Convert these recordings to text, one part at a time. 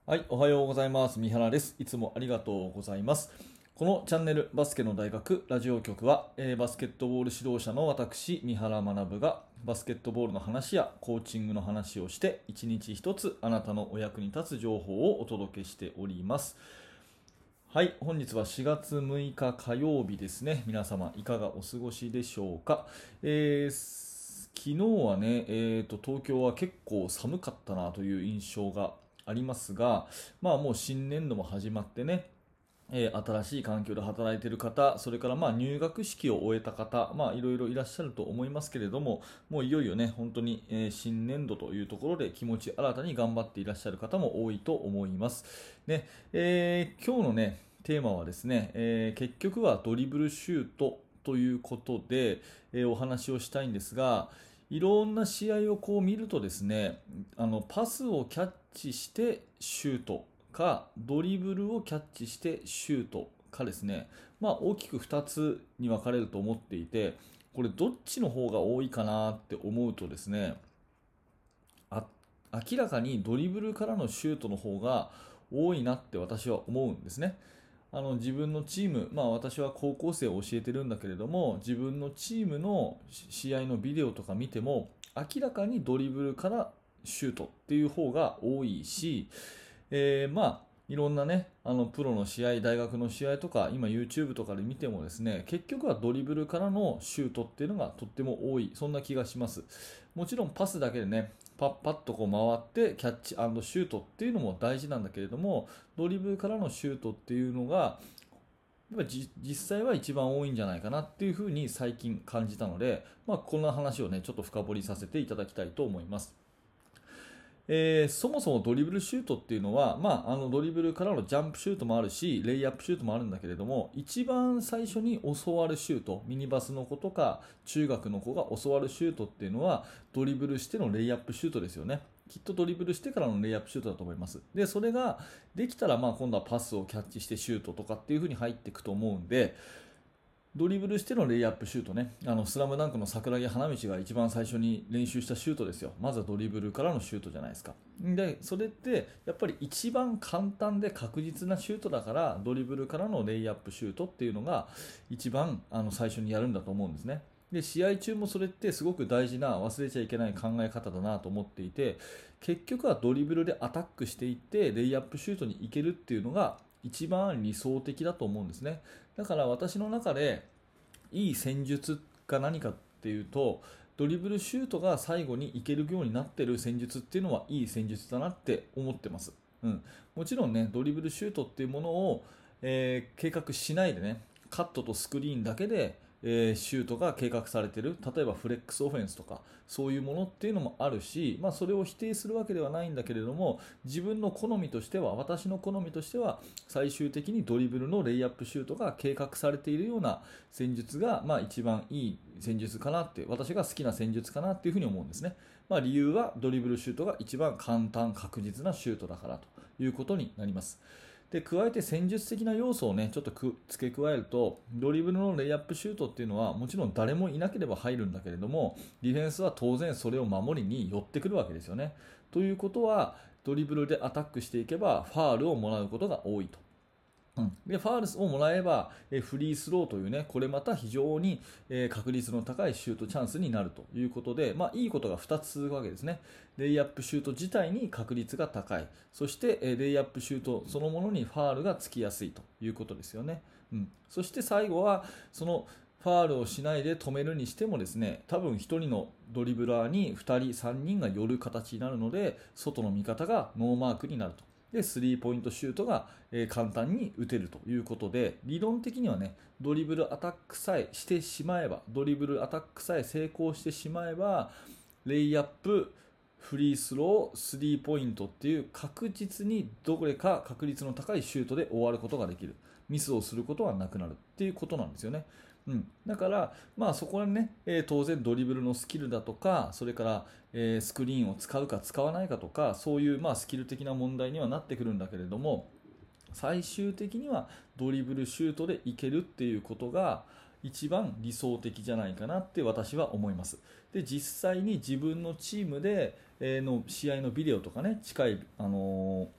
はい、おはようございます。三原です。いつもありがとうございます。このチャンネルバスケの大学ラジオ局は、バスケットボール指導者の私、三原学がバスケットボールの話やコーチングの話をして一日一つあなたのお役に立つ情報をお届けしております。はい、本日は4月6日火曜日ですね。皆様いかがお過ごしでしょうか。昨日はね、東京は結構寒かったなという印象がありますが、まあもう新年度も始まってね、新しい環境で働いている方、それからまあ入学式を終えた方、まあいろいろいらっしゃると思いますけれども、もういよいよね、本当に、新年度というところで気持ち新たに頑張っていらっしゃる方も多いと思います。ね、今日のね、テーマはですね、結局はドリブルシュートということで、お話をしたいんですが、いろんな試合をこう見るとですね、パスをキャッチしてシュートか、ドリブルをキャッチしてシュートかですね、まあ大きく2つに分かれると思っていて、これどっちの方が多いかなって思うとですね、あ明らかにドリブルからのシュートの方が多いなって私は思うんですね。自分のチーム、まあ私は高校生を教えてるんだけれども、自分のチームの試合のビデオとか見ても、明らかにドリブルからシュートっていう方が多いし、まあいろんなね、プロの試合、大学の試合とか、今 YouTube とかで見てもですね、結局はドリブルからのシュートっていうのがとっても多い、そんな気がします。もちろんパスだけでね、パッパッとこう回ってキャッチシュートっていうのも大事なんだけれども、ドリブルからのシュートっていうのが、やっぱり実際は一番多いんじゃないかなっていうふうに最近感じたので、まあ、こんな話をね、ちょっと深掘りさせていただきたいと思います。そもそもドリブルシュートっていうのは、まあ、ドリブルからのジャンプシュートもあるし、レイアップシュートもあるんだけれども、一番最初に教わるシュート、ミニバスの子とか中学の子が教わるシュートっていうのは、ドリブルしてのレイアップシュートですよね。きっとドリブルしてからのレイアップシュートだと思います。で、それができたら、まあ、今度はパスをキャッチしてシュートとかっていう風に入っていくと思うんで、ドリブルしてのレイアップシュートね、スラムダンクの桜木花道が一番最初に練習したシュートですよ。まずはドリブルからのシュートじゃないですか。で、それってやっぱり一番簡単で確実なシュートだから、ドリブルからのレイアップシュートっていうのが一番最初にやるんだと思うんですね。で、試合中もそれってすごく大事な忘れちゃいけない考え方だなと思っていて、結局はドリブルでアタックしていってレイアップシュートに行けるっていうのが一番理想的だと思うんですね。だから私の中でいい戦術が何かっていうと、ドリブルシュートが最後にいけるようになっている戦術っていうのはいい戦術だなって思ってます。うん、もちろんね、ドリブルシュートっていうものを、計画しないでね、カットとスクリーンだけで、シュートが計画されている、例えばフレックスオフェンスとか、そういうものっていうのもあるし、まあ、それを否定するわけではないんだけれども、自分の好みとしては、私の好みとしては、最終的にドリブルのレイアップシュートが計画されているような戦術が、まあ、一番いい戦術かなって、私が好きな戦術かなっていうふうに思うんですね。まあ、理由はドリブルシュートが一番簡単確実なシュートだからということになります。で、加えて戦術的な要素をね、ちょっと付け加えると、ドリブルのレイアップシュートっていうのは、もちろん誰もいなければ入るんだけれども、ディフェンスは当然それを守りに寄ってくるわけですよね。ということは、ドリブルでアタックしていけば、ファールをもらうことが多いと。でファールをもらえばフリースローというね、これまた非常に確率の高いシュートチャンスになるということで、まあ、いいことが2つ続くわけですね。レイアップシュート自体に確率が高い、そしてレイアップシュートそのものにファールがつきやすいということですよね。そして最後はそのファールをしないで止めるにしてもですね、多分1人のドリブラーに2人、3人が寄る形になるので、外の味方がノーマークになると。で、スリーポイントシュートが簡単に打てるということで、理論的にはね、ドリブルアタックさえしてしまえば、ドリブルアタックさえ成功してしまえば、レイアップ、フリースロー、スリーポイントっていう確実にどれか確率の高いシュートで終わることができる。ミスをすることはなくなるっていうことなんですよね。だから、まあ、そこはね、当然ドリブルのスキルだとか、それから、スクリーンを使うか使わないかとか、そういう、まあ、スキル的な問題にはなってくるんだけれども、最終的にはドリブルシュートでいけるっていうことが一番理想的じゃないかなって私は思います。で、実際に自分のチームで、の試合のビデオとかね、近い、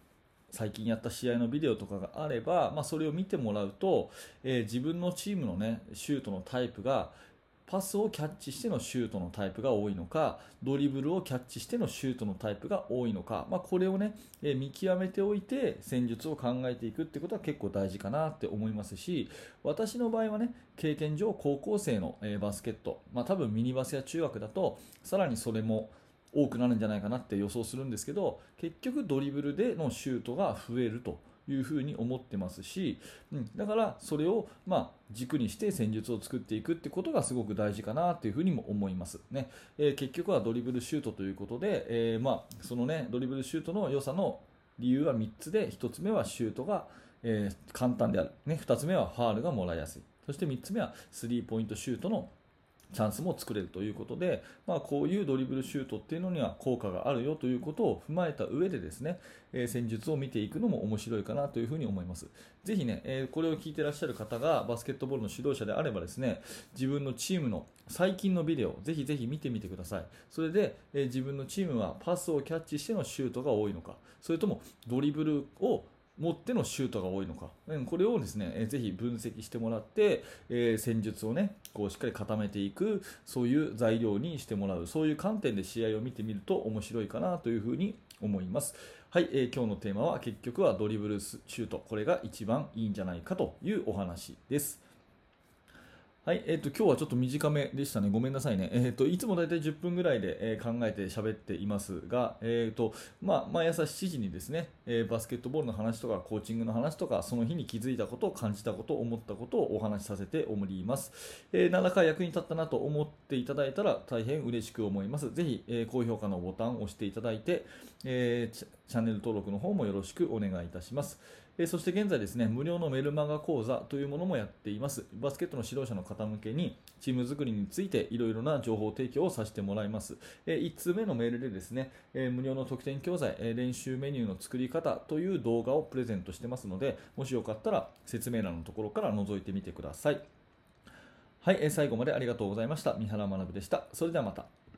最近やった試合のビデオとかがあれば、それを見てもらうと、自分のチームの、ね、シュートのタイプがパスをキャッチしてのシュートのタイプが多いのか、ドリブルをキャッチしてのシュートのタイプが多いのか、これをね、見極めておいて戦術を考えていくってことは結構大事かなって思いますし、私の場合はね、経験上高校生のバスケット、多分ミニバスや中学だとさらにそれも多くなるんじゃないかなって予想するんですけど、結局ドリブルでのシュートが増えるというふうに思ってますし、だからそれを軸にして戦術を作っていくってことがすごく大事かなというふうにも思いますね。結局はドリブルシュートということで、そのねドリブルシュートの良さの理由は3つで、1つ目はシュートが、簡単である、2つ目はファールがもらいやすい、そして3つ目はスリーポイントシュートのチャンスも作れるということで、こういうドリブルシュートっていうのには効果があるよということを踏まえた上でですね、戦術を見ていくのも面白いかなというふうに思います。ぜひね、これを聞いていらっしゃる方がバスケットボールの指導者であればですね、自分のチームの最近のビデオぜひぜひ見てみてください。それで、自分のチームはパスをキャッチしてのシュートが多いのか、それともドリブルを持ってのシュートが多いのか、これをですね、ぜひ分析してもらって、戦術をね、こうしっかり固めていく、そういう材料にしてもらう、そういう観点で試合を見てみると面白いかなというふうに思います。はい、今日のテーマは結局はドリブルシュート、これが一番いいんじゃないかというお話です。はい、今日はちょっと短めでしたね。ごめんなさいね。いつもだいたい10分ぐらいで、考えて喋っていますが、毎朝7時にですね、バスケットボールの話とかコーチングの話とか、その日に気づいたこと、感じたこと、思ったことをお話しさせております。何らか役に立ったなと思っていただいたら大変嬉しく思います。ぜひ、高評価のボタンを押していただいて、チャンネル登録の方もよろしくお願いいたします。そして現在ですね、無料のメルマガ講座というものもやっています。バスケットの指導者の方向けにチーム作りについていろいろな情報提供をさせてもらいます。1通目のメールでですね、無料の特典教材、練習メニューの作り方という動画をプレゼントしてますので、もしよかったら説明欄のところから覗いてみてください。はい、最後までありがとうございました。三原学でした。それではまた。